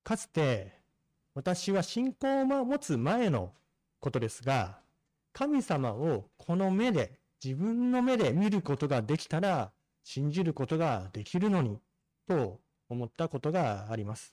かつて私は信仰を持つ前のことですが、神様をこの目で、自分の目で見ることができたら信じることができるのにと思ったことがあります。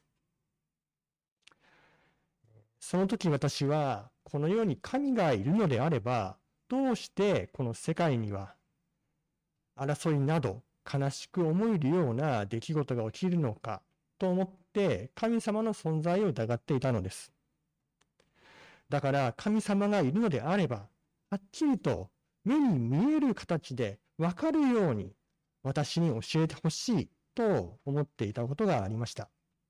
その時私はこのように神がいるのであれば、どうしてこの世界には争いなど悲しく思えるような出来事が起きるのかと思って神様の存在を疑っていたのです。だから神様がいるのであれば、はっきりと目に見える形でわかるように私に教えてほしいと思っていたことがありました。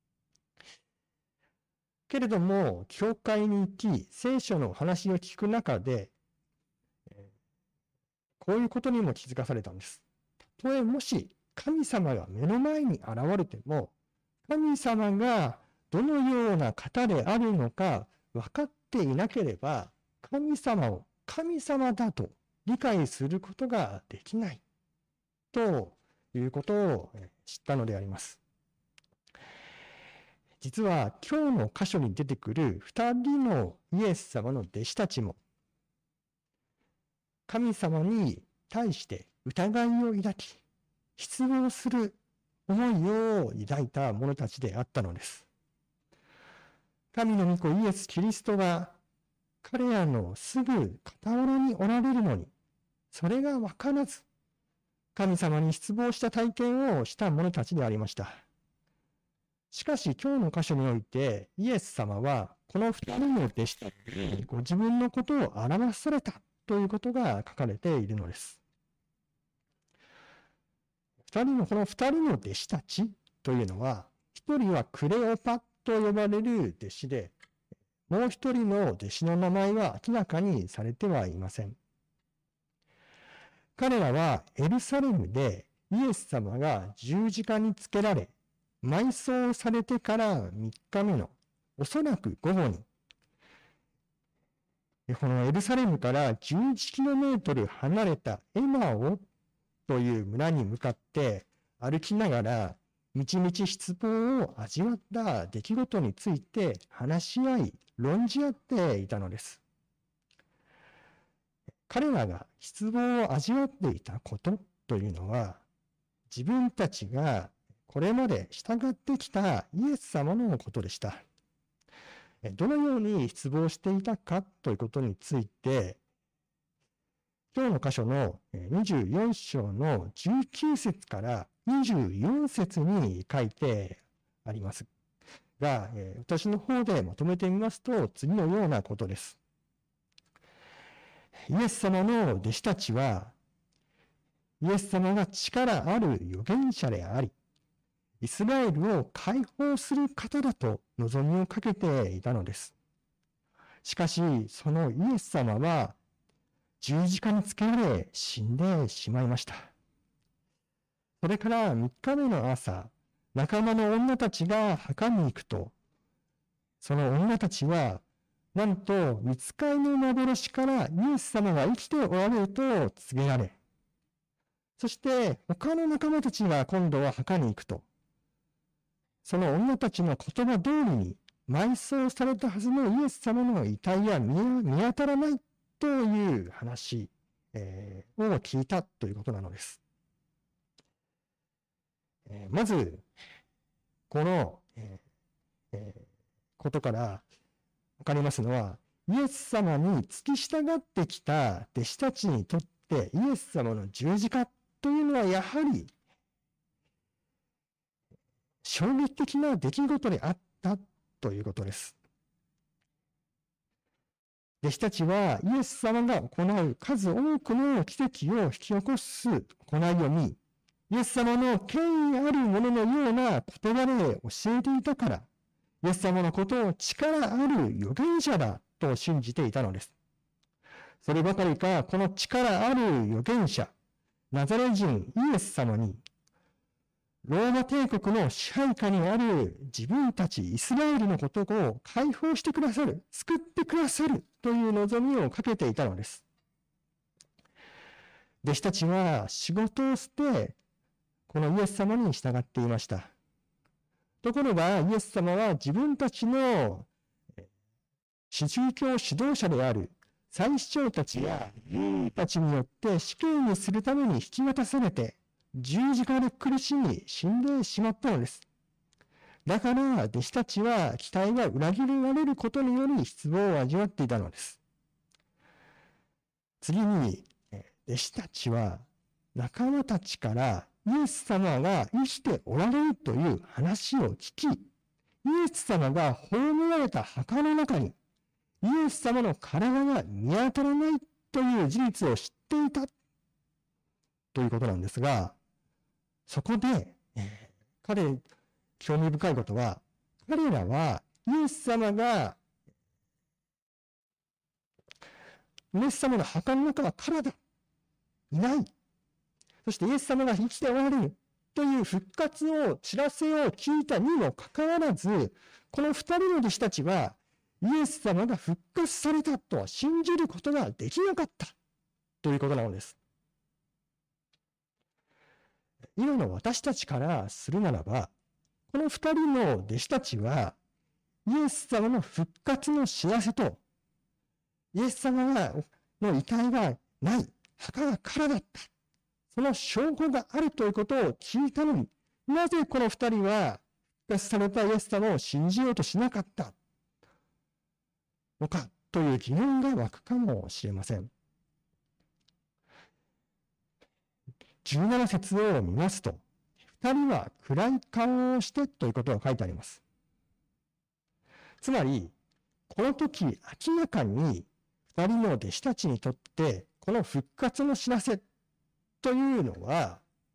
けれども、教会に行き、聖書のお話を聞く中で、こういうことにも気づかされたんです。たとえもし神様が目の前に現れても、神様がどのような方であるのか分かっていなければ、神様を神様だと理解することができないということを知ったのであります。実は今日の箇所に出てくる2人のイエス様の弟子たちも、神様に対して疑いを抱き、失望する思いを抱いた者たちであったのです。神の御子イエス・キリストが彼らのすぐ傍らにおられるのに、それが分からず、神様に失望した体験をした者たちでありました。しかし今日の箇所において、イエス様はこの2人の弟子たちにご自分のことを表されたということが書かれているのです。この2人の弟子たちというのは、1人はクレオパと呼ばれる弟子で、もう1人の弟子の名前は明らかにされてはいません。彼らはエルサレムでイエス様が十字架につけられ、埋葬されてから3日目のおそらく午後に、このエルサレムから11km離れたエマオという村に向かって歩きながら、みちみち失望を味わった出来事について話し合い、論じ合っていたのです。彼らが失望を味わっていたことというのは、自分たちがこれまで従ってきたイエス様のことでした。どのように失望していたかということについて、今日の箇所の24章の19節から24節に書いてありますが、私の方でまとめてみますと、次のようなことです。イエス様の弟子たちは、イエス様が力ある預言者であり、イスラエルを解放する方だと望みをかけていたのです。しかし、そのイエス様は十字架につけられ死んでしまいました。それから3日目の朝、仲間の女たちが墓に行くと、その女たちは、なんと御使いの幻からイエス様が生きておられると告げられ、そして他の仲間たちが今度は墓に行くと、その女たちの言葉通りに埋葬されたはずのイエス様の遺体は見当たらないという話、を聞いたということなのです。まず、この、ことからわかりますのは、イエス様に付き従ってきた弟子たちにとってイエス様の十字架というのはやはり衝撃的な出来事であったということです。弟子たちはイエス様が行う数多くの奇跡を引き起こす行いを見、イエス様の権威あるもののような言葉で教えていたから、イエス様のことを力ある預言者だと信じていたのです。そればかりか、この力ある預言者、ナザレ人イエス様に、ローマ帝国の支配下にある自分たちイスラエルのことを解放してくださる、救ってくださるという望みをかけていたのです。弟子たちは仕事を捨て、このイエス様に従っていました。 ところが、イエス様は自分たちの宗教指導者である祭司長たちや議員たちによって死刑にするために引き渡されて、十字架で苦しみ死んでしまったのです。だから、弟子たちは期待が裏切られることにより失望を味わっていたのです。次に、弟子たちは仲間たちからイエス様が生きておられるという話を聞き、イエス様が葬られた墓の中にイエス様の体が見当たらないという事実を知っていたということなんですが、そこで、興味深いことは、彼らはイエス様の墓の中は空だ。いない。そしてイエス様が生きておられるという復活を知らせを聞いたにもかかわらず、この二人の弟子たちはイエス様が復活されたと信じることができなかったということなのです。今の私たちからするならば、この二人の弟子たちは、イエス様の復活の知らせと、イエス様の遺体がない、墓が空だった、その証拠があるということを聞いたのに、なぜこの二人は復活されたイエス様を信じようとしなかったのかという疑問が湧くかもしれません。17節を見ますと、二人は暗い顔をしてということが書いてあります。つまり、この時明らかに二人の弟子たちにとってこの復活の知らせというのは、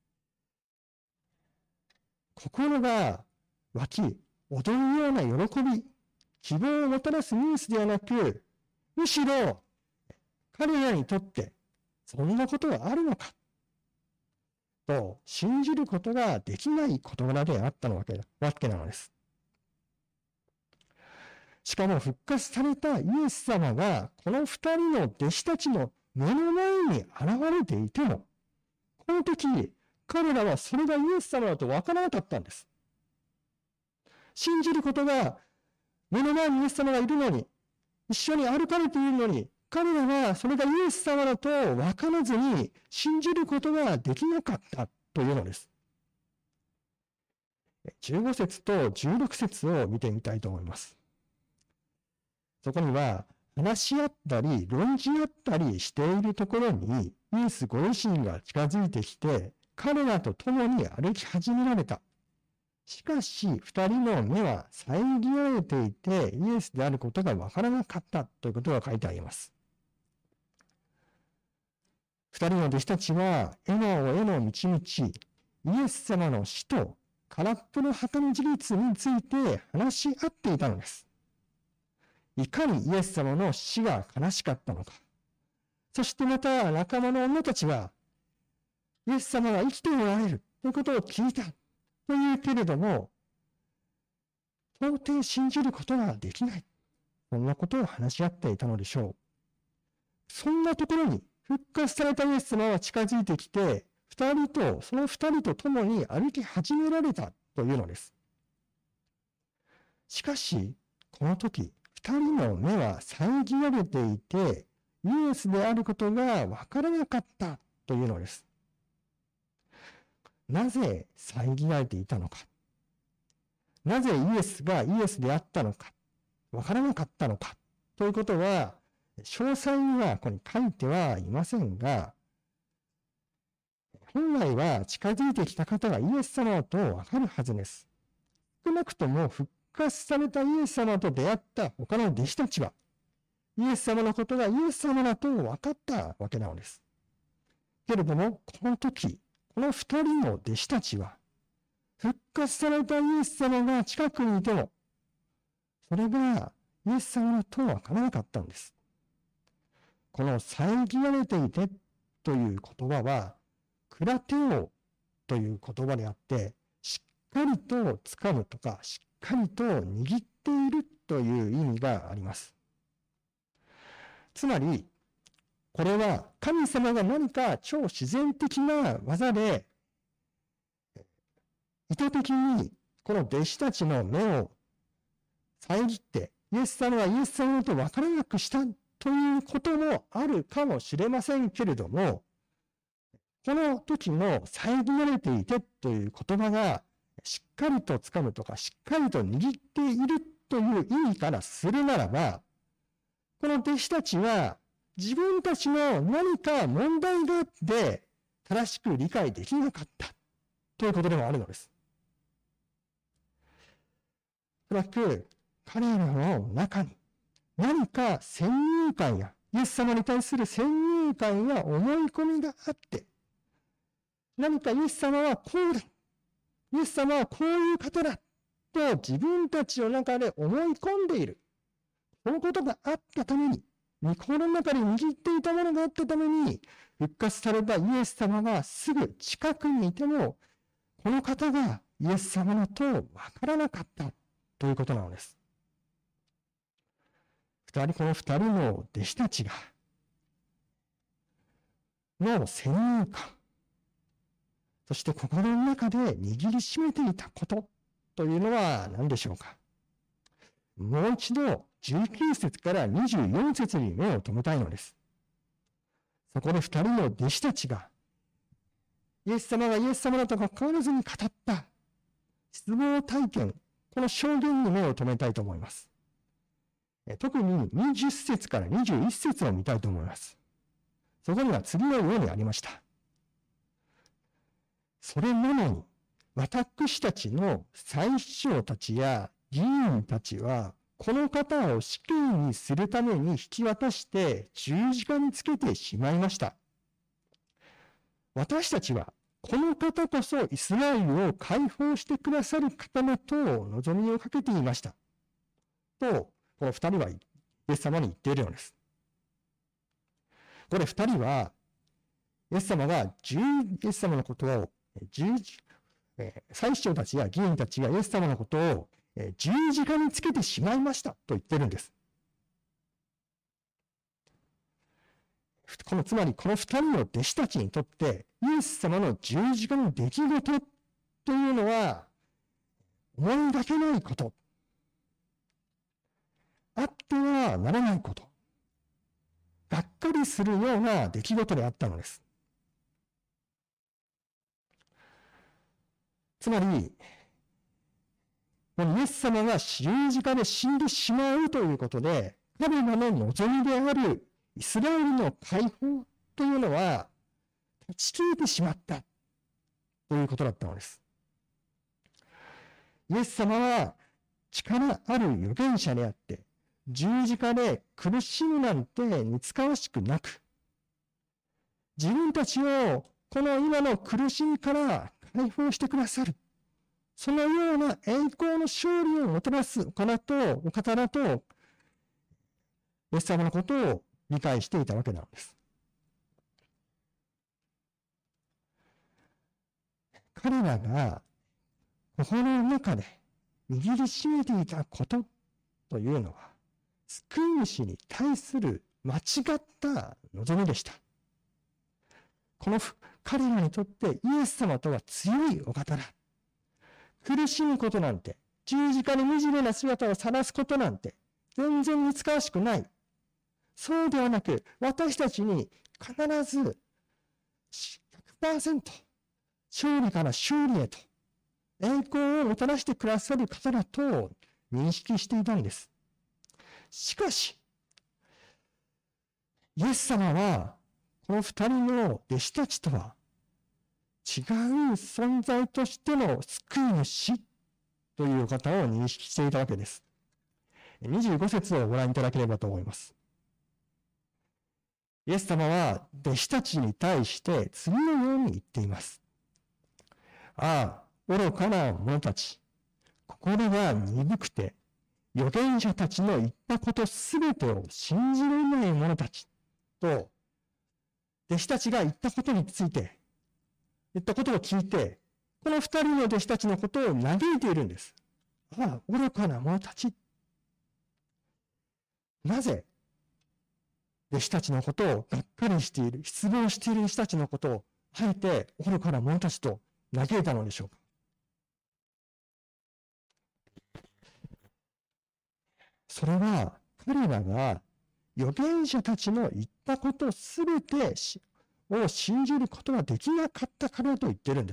心が湧き、踊るような喜び、希望をもたらすニュースではなく、むしろ彼らにとってそんなことがあるのかと信じることができない事柄であったわけなのです。しかも復活されたイエス様がこの二人の弟子たちの目の前に現れていても、この時彼らはそれがイエス様だと分からなかったんです。信じることが目の前にイエス様がいるのに、一緒に歩かれているのに、彼らはそれがイエス様だと分からずに信じることができなかったというのです。15節と16節を見てみたいと思います。そこには話し合ったり論じ合ったりしているところにイエスご自身が近づいてきて彼らと共に歩き始められた。しかし二人の目は遮られていてイエスであることがわからなかったということが書いてあります。二人の弟子たちはエマオへの道々、イエス様の死と空っぽの墓の事実について話し合っていたのです。いかにイエス様の死が悲しかったのか。そしてまた仲間の女たちは、イエス様が生きておられるということを聞いたというけれども、到底信じることができない。そんなことを話し合っていたのでしょう。そんなところに復活されたイエス様は近づいてきて、その二人と共に歩き始められたというのです。しかし、この時、二人の目は遮られていて、イエスであることがわからなかったというのです。なぜ遮られていたのか。なぜイエスがイエスであったのか。わからなかったのか。ということは、詳細にはここに書いてはいませんが、本来は近づいてきた方がイエス様だとわかるはずです。少なくとも復活されたイエス様と出会った他の弟子たちは、イエス様のことがイエス様だと分かったわけなのです。けれども、この時、この二人の弟子たちは、復活されたイエス様が近くにいても、それがイエス様だと分からなかったんです。この遮られていてという言葉は、クラテオという言葉であって、しっかりと掴むとか、しっかりと握っているという意味があります。つまり、これは神様が何か超自然的な技で、意図的にこの弟子たちの目を遮って、イエス様がイエス様と分からなくしたということもあるかもしれませんけれども、この時の遮られていてという言葉がしっかりと掴むとか、しっかりと握っているという意味からするならば、この弟子たちは自分たちの何か問題があって正しく理解できなかったということでもあるのです。おそらく彼らの中に何か先入観やイエス様に対する先入観や思い込みがあって、何かイエス様はこうだ、イエス様はこういう方だと自分たちの中で思い込んでいる。このことがあったために、心の中で握っていたものがあったために、復活されたイエス様がすぐ近くにいても、この方がイエス様だとわからなかったということなのです。この二人の弟子たちが、の先入観、そして心の中で握りしめていたことというのは何でしょうか。もう一度19節から24節に目を留めたいのです。そこで二人の弟子たちが、イエス様がイエス様だとか変わらずに語った失望体験、この証言に目を留めたいと思います。特に20節から21節を見たいと思います。そこには次のようにありました。それなのに、私たちの祭司長たちや議員たちは、この方を死刑にするために引き渡して十字架につけてしまいました。私たちは、この方こそイスラエルを解放してくださる方だと望みをかけていました。と、この二人はイエス様に言っているのです。これ二人は、イエス様のことを、祭司長たちや議員たちがイエス様のことを十字架につけてしまいましたと言ってるんです。つまりこの二人の弟子たちにとってイエス様の十字架の出来事というのは思いがけないこと、あってはならないこと、がっかりするような出来事であったのです。つまり、イエス様が十字架で死んでしまうということで、彼らの望みであるイスラエルの解放というのは、断ち切れてしまったということだったのです。イエス様は力ある預言者であって、十字架で苦しむなんて似つかわしくなく、自分たちをこの今の苦しみから解放してくださる。そのような栄光の勝利をもたらすお方だと、イエス様のことを理解していたわけなのです。彼らが心の中で握りしめていたことというのは、救い主に対する間違った望みでした。この彼らにとってイエス様とは強いお方だ。苦しむことなんて、十字架に惨めな姿を晒すことなんて、全然似つかわしくない。そうではなく、私たちに必ず 100% 勝利から勝利へと栄光をもたらしてくださる方だと認識していたんです。しかし、イエス様は、この二人の弟子たちとは違う存在としての救い主という方を認識していたわけです。25節をご覧いただければと思います。イエス様は弟子たちに対して次のように言っています。ああ、愚かな者たち、心が鈍くて、預言者たちの言ったことすべてを信じられない者たちと、弟子たちが言ったことについて、言ったことを聞いて、この二人の弟子たちのことを嘆いているんです。ああ、愚かな者たち。なぜ、弟子たちのことをがっかりしている、失望している弟子たちのことを、あえて愚かな者たちと嘆いたのでしょうか。 それは彼らが預言者たちの言ったことすべてを信じることができなかったからと言っているんです。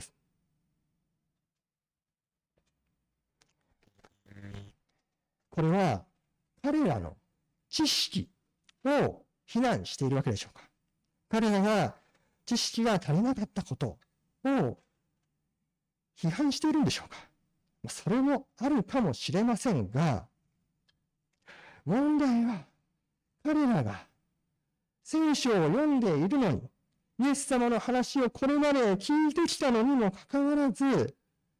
これは彼らの知識を非難しているわけでしょうか。彼らが知識が足りなかったことを批判しているんでしょうか。それもあるかもしれませんが、問題は彼らが聖書を読んでいるのに、イエス様の話をこれまで聞いてきたのにもかかわらず、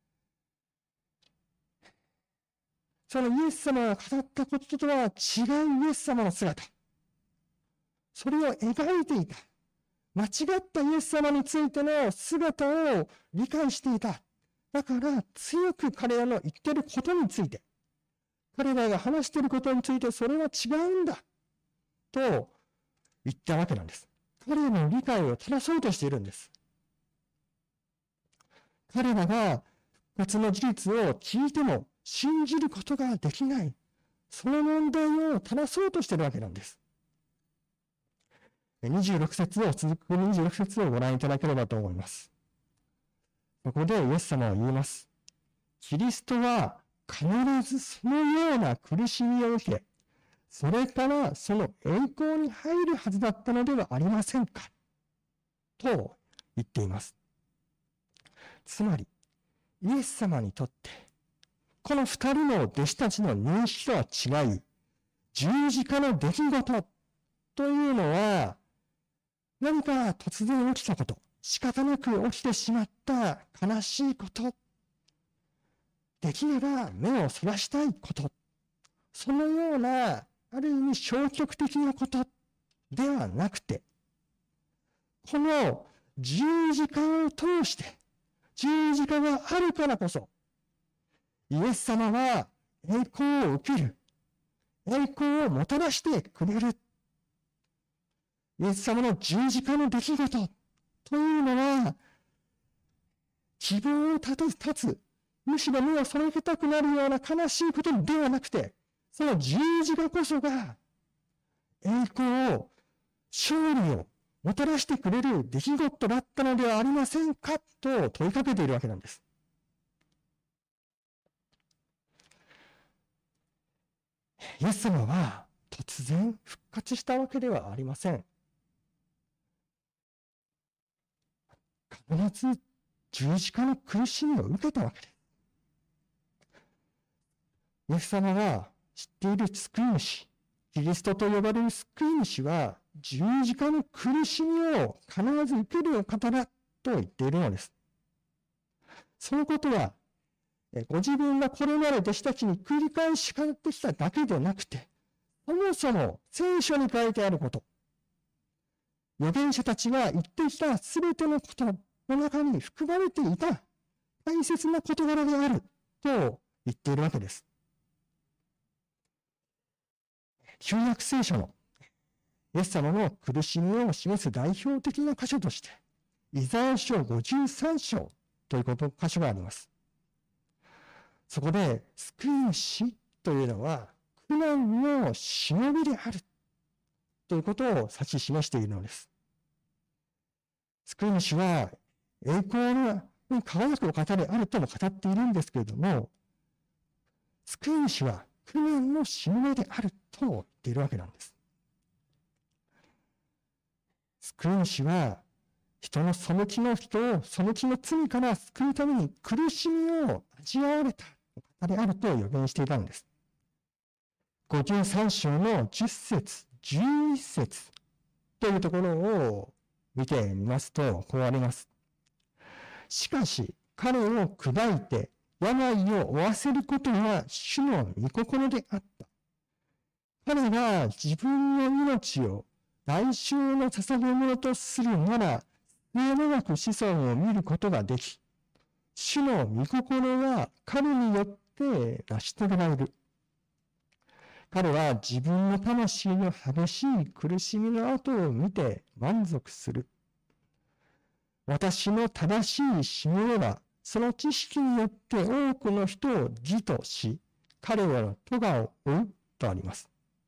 そのイエス様が語ったこととは違うイエス様の姿、それを描いていた、間違ったイエス様についての姿を理解していた。だから強く彼らの言っていることについて、彼らが話していることについてそれは違うんだと言ったわけなんです。彼らの理解を正そうとしているんです。彼らが復活の事実を聞いても信じることができない、その問題を正そうとしているわけなんです。続く26節をご覧いただければと思います。ここでイエス様は言います。キリストは必ずそのような苦しみを受け、それからその栄光に入るはずだったのではありませんかと言っています。つまり、イエス様にとって、この二人の弟子たちの認識とは違い、十字架の出来事というのは、何か突然起きたこと、仕方なく起きてしまった悲しいこと、できれば目をそらしたいこと、そのような、ある意味消極的なことではなくて、この十字架を通して、十字架があるからこそ、イエス様は栄光を受ける、栄光をもたらしてくれる。イエス様の十字架の出来事というのは、希望を立つ、むしろ目をそらけたくなるような悲しいことではなくて、その十字架こそが栄光を、勝利をもたらしてくれる出来事だったのではありませんかと問いかけているわけなんです。イエス様は突然復活したわけではありません。必ず十字架の苦しみを受けたわけです。イエス様が知っている救い主、キリストと呼ばれる救い主は、十字架の苦しみを必ず受けるお方だと言っているのです。そのことは、ご自分がこれまで弟子たちに繰り返し語ってきただけでなくて、そもそも聖書に書いてあること、預言者たちが言ってきたすべてのことの中に含まれていた大切な事柄であると言っているわけです。旧約聖書のイエス様の苦しみを示す代表的な箇所として、イザヤ書53章という箇所があります。そこで、救い主というのは、苦難のしのびであるということを指し示しているのです。救い主は、栄光に輝くお方であるとも語っているんですけれども、救い主は苦難のしのびであるとも言っているわけなんです。救い主は、人の背きの罪から救うために苦しみを味わわれたお方であると予言していたんです。53章の10節、11節というところを見てみますと、こうあります。しかし、彼を砕いて病を負わせることは主の御心であった。彼が自分の命を代償の捧げ物とするなら、末永く子孫を見ることができ、主の御心は彼によって成し遂げられる。彼は自分の魂の激しい苦しみの後を見て満足する。私の正しいしもべは、その知識によって多くの人を義とし、彼らの咎を負うとあります。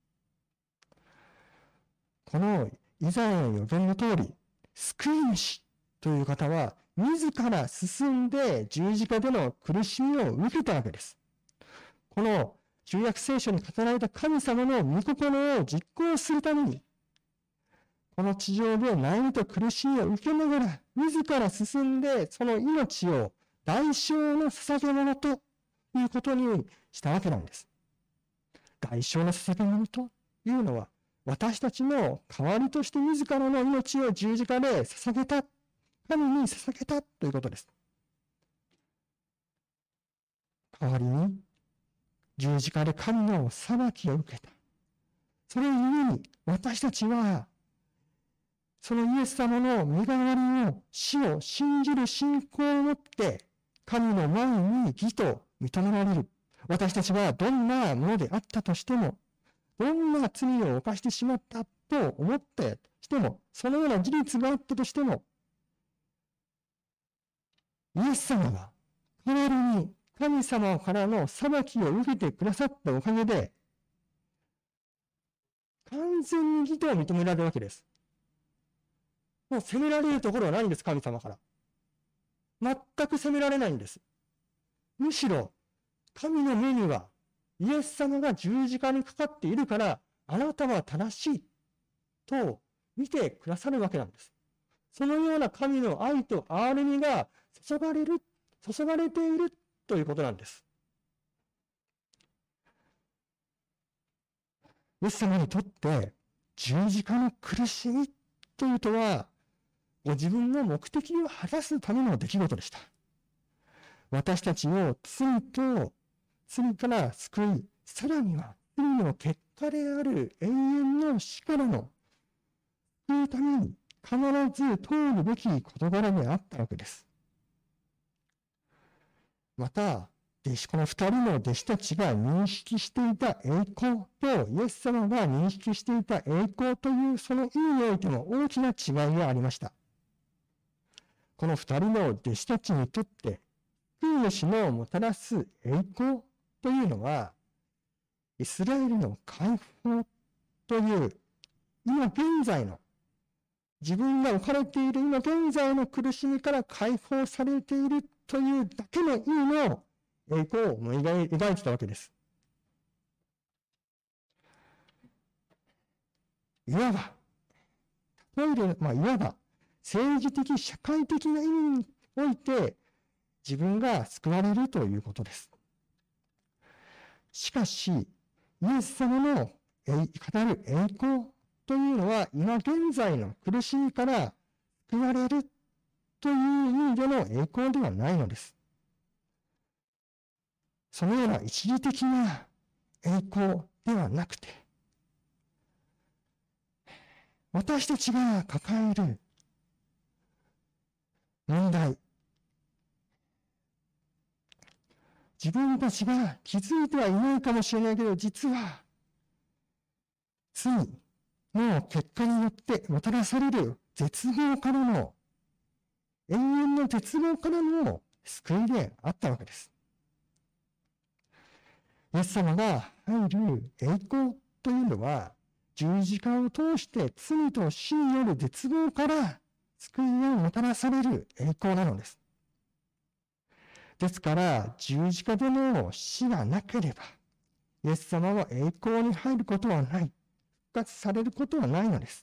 このイザヤの予言の通り、救い主という方は、自ら進んで十字架での苦しみを受けたわけです。この旧約聖書に語られた神様の御心を実行するために、この地上で悩みと苦しみを受けながら、自ら進んでその命を代償の捧げ物ということにしたわけなんです。代償の捧げ物というのは、私たちの代わりとして自らの命を十字架で捧げた、神に捧げたということです。代わりに十字架で神の裁きを受けた。それゆえに私たちは、そのイエス様の身代わりの死を信じる信仰を持って、神の前に義と認められる。私たちはどんなものであったとしても、どんな罪を犯してしまったと思ってしても、そのような事実があったとしても、イエス様が代わりに神様からの裁きを受けてくださったおかげで、完全に義と認められるわけです。もう責められるところはないんです、神様から。全く責められないんです。むしろ、神の目には、イエス様が十字架にかかっているから、あなたは正しいと見てくださるわけなんです。そのような神の愛と憐れみが注がれているということなんです。イエス様にとって十字架の苦しみというとは、ご自分の目的を果たすための出来事でした。私たちを罪から救い、さらには罪の結果である永遠の死からの救うために必ず通るべき事柄であったわけです。また、この二人の弟子たちが認識していた栄光とイエス様が認識していた栄光というその意味においても大きな違いがありました。この二人の弟子たちにとって救い主のもたらす栄光というのは、イスラエルの解放という今現在の自分が置かれている今現在の苦しみから解放されているというだけの意味の栄光を描いてたわけです。いわば政治的、社会的な意味において自分が救われるということです。しかし、イエス様の語る栄光というのは今現在の苦しみから救われるという意味での栄光ではないのです。そのような一時的な栄光ではなくて、私たちが抱える問題、自分たちが気づいてはいないかもしれないけど、実は罪の結果によってもたらされる絶望からの、永遠の絶望からの救いであったわけです。イエス様が入る栄光というのは、十字架を通して罪と死による絶望から救いをもたらされる栄光なのです。ですから、十字架での死がなければ、イエス様は栄光に入ることはない。復活されることはないのです。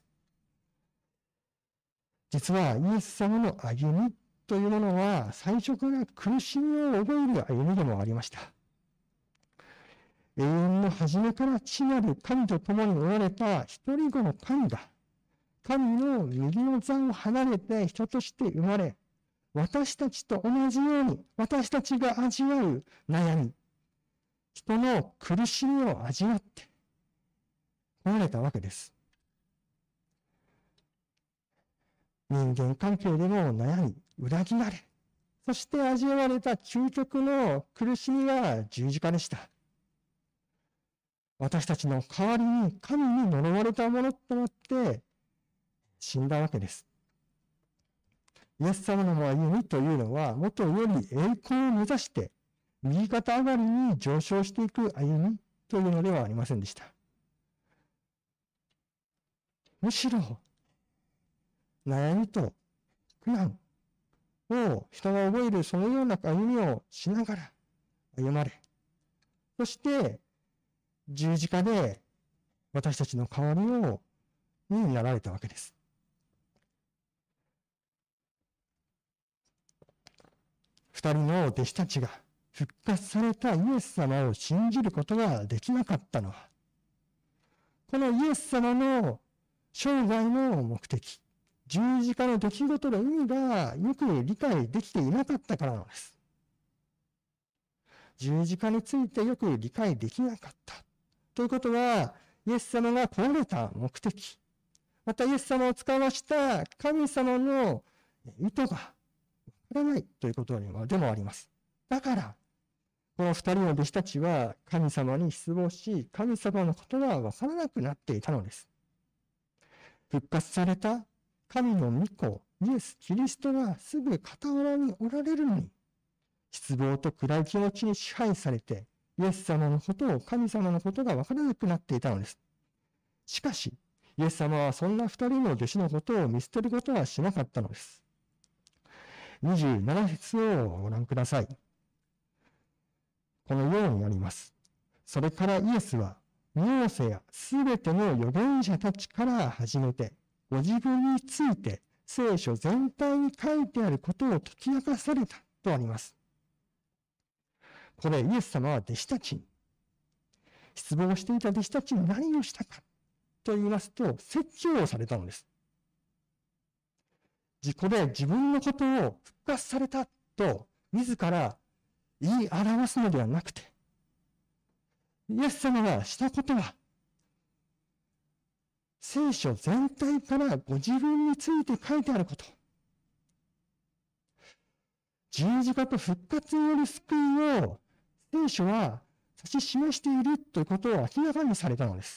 実は、イエス様の歩みというものは、最初から苦しみを覚える歩みでもありました。永遠の初めから父なる神と共におられた一人子の神が、神の右の座を離れて人として生まれ、私たちと同じように私たちが味わう悩み、人の苦しみを味わって来られたわけです。人間関係でも悩み、裏切られ、そして味わわれた究極の苦しみが十字架でした。私たちの代わりに神に呪われたものとなって死んだわけです。イエス様の歩みというのは、もとより栄光を目指して、右肩上がりに上昇していく歩みというのではありませんでした。むしろ、悩みと苦難を人が覚えるそのような歩みをしながら歩まれ、そして十字架で私たちの代わりになられたわけです。二人の弟子たちが復活されたイエス様を信じることができなかったのは、このイエス様の生涯の目的、十字架の出来事の意味がよく理解できていなかったからなのです。十字架についてよく理解できなかった。ということは、イエス様が来られた目的、またイエス様を使わした神様の意図がわからないということでもあります。だから、この二人の弟子たちは神様に失望し、神様のことがわからなくなっていたのです。復活された神の御子、イエス・キリストがすぐ傍らにおられるのに、失望と暗い気持ちに支配されて、イエス様のことを、神様のことがわからなくなっていたのです。しかし、イエス様はそんな二人の弟子のことを見捨てることはしなかったのです。27節をご覧ください。このようにあります。それからイエスは、モーセやすべての預言者たちから始めて、ご自分について聖書全体に書いてあることを解き明かされたとあります。これ、イエス様は弟子たちに、失望していた弟子たちに何をしたかと言いますと、説教をされたのです。自己で自分のことを復活されたと自ら言い表すのではなくて、イエス様がしたことは、聖書全体からご自分について書いてあること。十字架と復活による救いを聖書は指し示しているということを明らかにされたのです。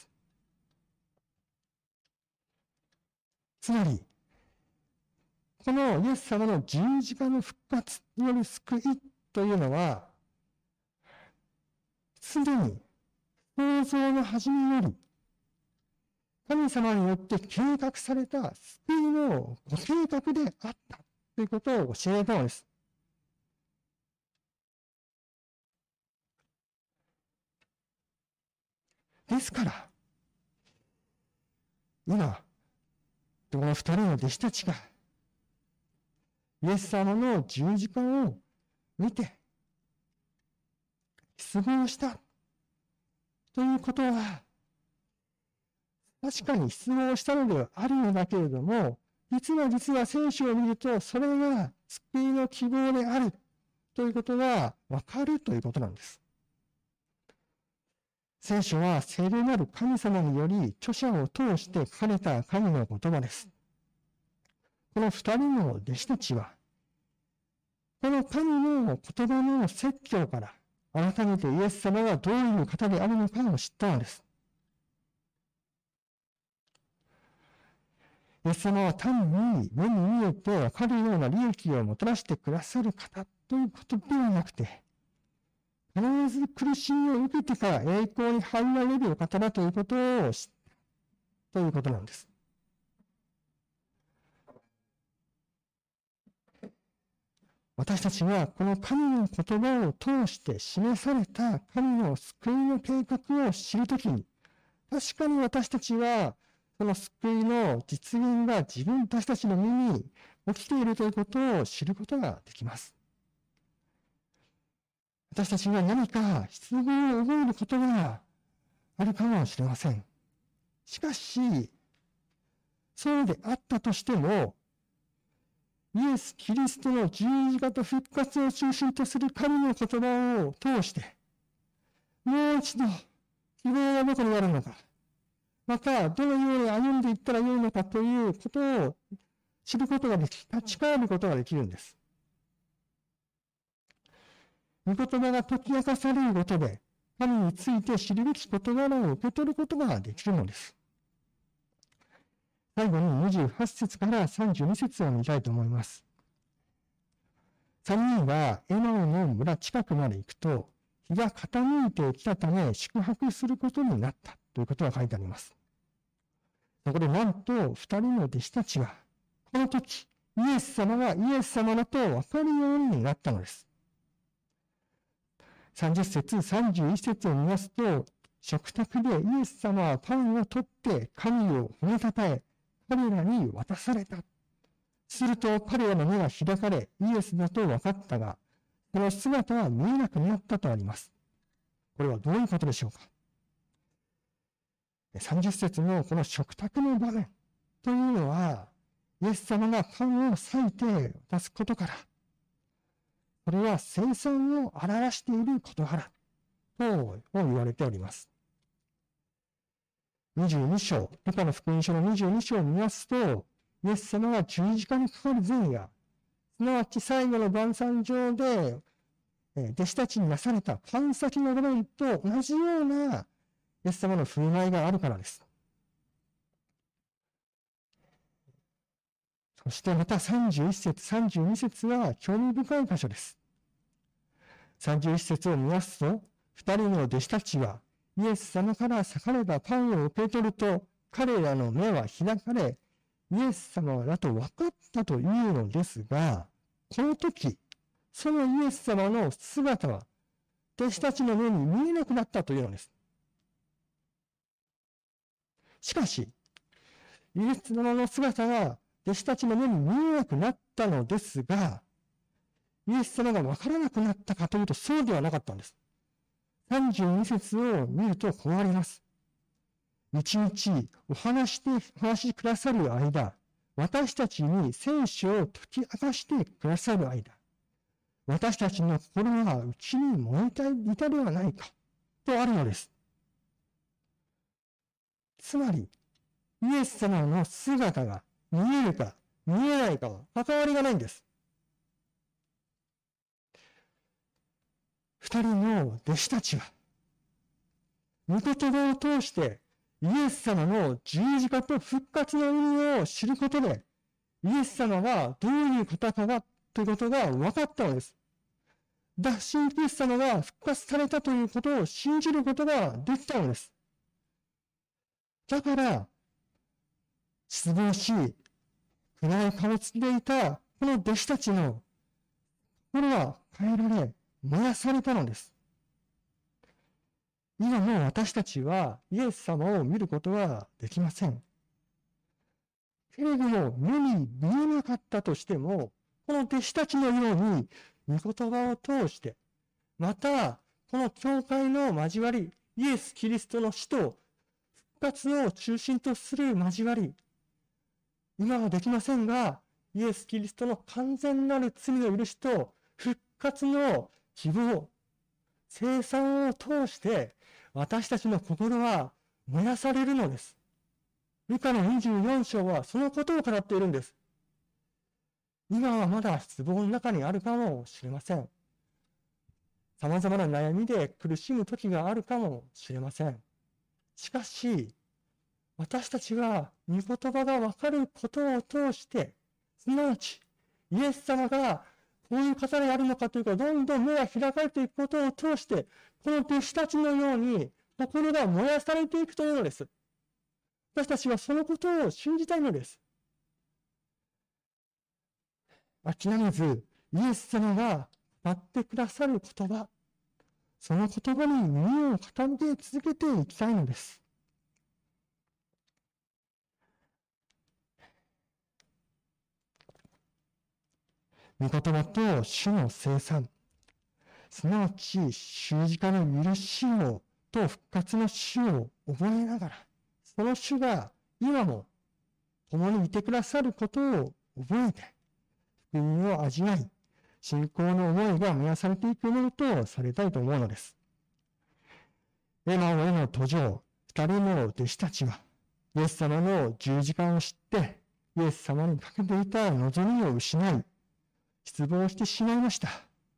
つまり、このイエス様の十字架の復活による救いというのは、すでに創造の始めより、神様によって計画された救いのご計画であったということを教えたのです。ですから、今、この二人の弟子たちが、イエス様の十字架を見て、失望したということは、確かに失望したのではあるのだけれども、実は聖書を見ると、それが救いの希望であるということがわかるということなんです。聖書は聖霊なる神様により著者を通して書かれた神の言葉です。この二人の弟子たちは、この神の言葉の説教から、改めてイエス様がどういう方であるのかを知ったのです。イエス様は単に目に見えてわかるような利益をもたらしてくださる方ということではなくて、必ず苦しみを受けてから栄光に入られるお方だということを知ったということなんです。私たちはこの神の言葉を通して示された神の救いの計画を知るときに、確かに私たちはその救いの実現が自分たちの身に起きているということを知ることができます。私たちが何か失望を覚えることがあるかもしれません。しかし、そうであったとしても、イエス・キリストの十字架と復活を中心とする神の言葉を通して、もう一度希望がどこにあるのか、またどのように歩んでいったらよいのかということを知ることができ、立ち返ることができるんです。御言葉が解き明かされることで、神について知るべき事柄を受け取ることができるのです。最後に28節から32節を見たいと思います。3人はエマオの村近くまで行くと、 日が傾いてきたため宿泊することになったということが書いてあります。そこでなんと二人の弟子たちは、この時、イエス様がイエス様だと分かるようになったのです。30節、31節を見ますと、食卓でイエス様はパンを取って神を褒めたたえ、彼らに渡された。すると彼らの目が開かれ、イエスだと分かったが、その姿は見えなくなったとあります。これはどういうことでしょうか。30節のこの食卓の場面というのは、イエス様がパンを裂いて渡すことから、これは聖餐を表している事柄と言われております。22章、ルカの福音書の22章を見ますと、イエス様が十字架にかかる前夜、すなわち最後の晩餐上で、弟子たちになされたパン裂きの場面と同じようなイエス様の振る舞いがあるからです。そしてまた31節、32節は興味深い箇所です。31節を見ますと、二人の弟子たちはイエス様から裂かれたパンを受け取ると、彼らの目は開かれ、イエス様だと分かったというのですが、この時、そのイエス様の姿は、弟子たちの目に見えなくなったというのです。しかし、イエス様の姿が弟子たちの目に見えなくなったのですが、イエス様が分からなくなったかというと、そうではなかったんです。32節を見るとこうあります。日々お話しくださる間、私たちに聖書を解き明かしてくださる間、私たちの心は内に燃えていたではないか、とあるのです。つまり、イエス様の姿が見えるか見えないかは関わりがないんです。二人の弟子たちは、御言葉を通してイエス様の十字架と復活の意味を知ることで、イエス様がどういう方かということが分かったのです。脱進イエス様が復活されたということを信じることができたのです。だから、失望し、暗い顔つきでいたこの弟子たちの心は変えられ、燃やされたのです。今も私たちはイエス様を見ることはできません。けれども、目に見えなかったとしても、この弟子たちのように、御言葉を通して、また、この教会の交わり、イエス・キリストの死と復活を中心とする交わり、今はできませんが、イエス・キリストの完全なる罪の許しと復活の希望、聖餐を通して、私たちの心は燃やされるのです。ルカの24章はそのことを語っているんです。今はまだ失望の中にあるかもしれません。様々な悩みで苦しむ時があるかもしれません。しかし、私たちは御言葉がわかることを通して、すなわち、イエス様がこういう方であるのかというか、どんどん目が開かれていくことを通して、この弟子たちのように心が燃やされていくというのです。私たちはそのことを信じたいのです。諦めず、イエス様が語ってくださる言葉、その言葉に耳を傾け続けていきたいのです。御言葉と主の聖餐、すなわち十字架の許しをと復活の主を覚えながら、その主が今も共にいてくださることを覚えて、福音を味わい、信仰の思いが燃やされていくものとされたいと思うのです。エマオへの途上、二人の弟子たちは、イエス様の十字架を知って、イエス様にかけていた望みを失い、失望してしまいました。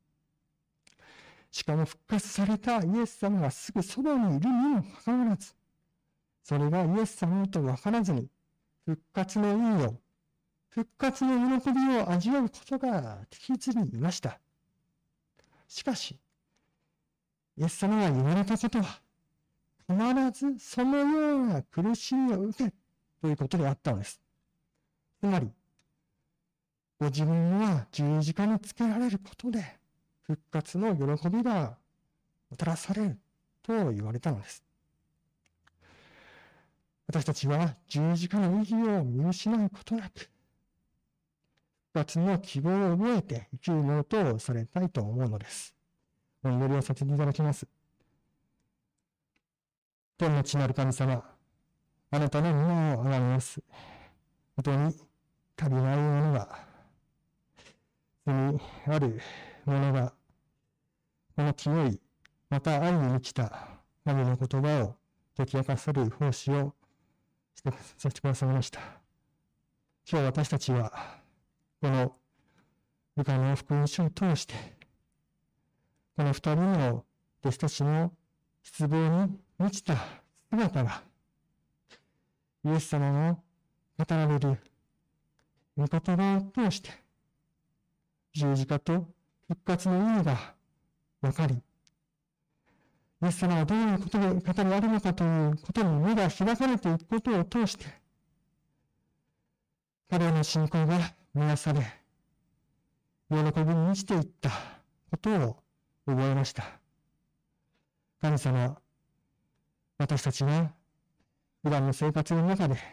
しかも復活されたイエス様がすぐそばにいるにもかかわらず、それがイエス様と分からずに、復活の意味を、復活の喜びを味わうことができずにいました。しかし、 イエス様が言われたことは、必ずそのような苦しみを受けということであったのです。つまり、ご自分は十字架につけられることで、復活の喜びがもたらされると言われたのです。私たちは十字架の意義を見失うことなく、復活の希望を覚えて生きるものとされたいと思うのです。お祈りをさせていただきます。天の地なる神様、あなたの皆をあがめます。本当に足りないものが、罪あるものが、この清い、また愛に満ちた神の言葉を解き明かされる奉仕をさせてくださいました。今日私たちは、このルカの福音書を通して、この二人の弟子たちの失望に満ちた姿が、イエス様の語られる御言葉を通して、十字架と復活の意味が分かり、イエス様がどういうことで語りあるのかということに目が開かれていくことを通して、彼らの信仰が燃やされ、喜びに満ちていったことを覚えました。神様、私たちが普段の生活の中で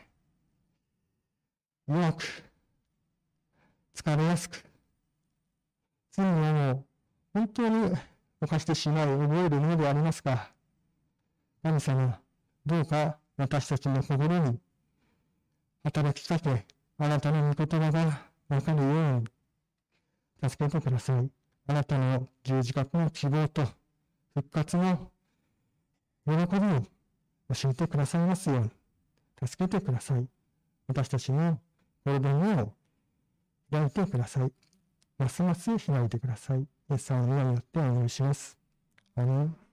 弱く、疲れやすく、罪を本当に犯してしまい覚えるものでありますが、神様、どうか私たちの心に働きかけ、あなたの御言葉がわかるように助けてください。あなたの十字架の希望と復活の喜びを教えてくださいますように助けてください。私たちの心の目を開いてください。ますます開いてください。イエス様の皆によってお願いします。アーメン。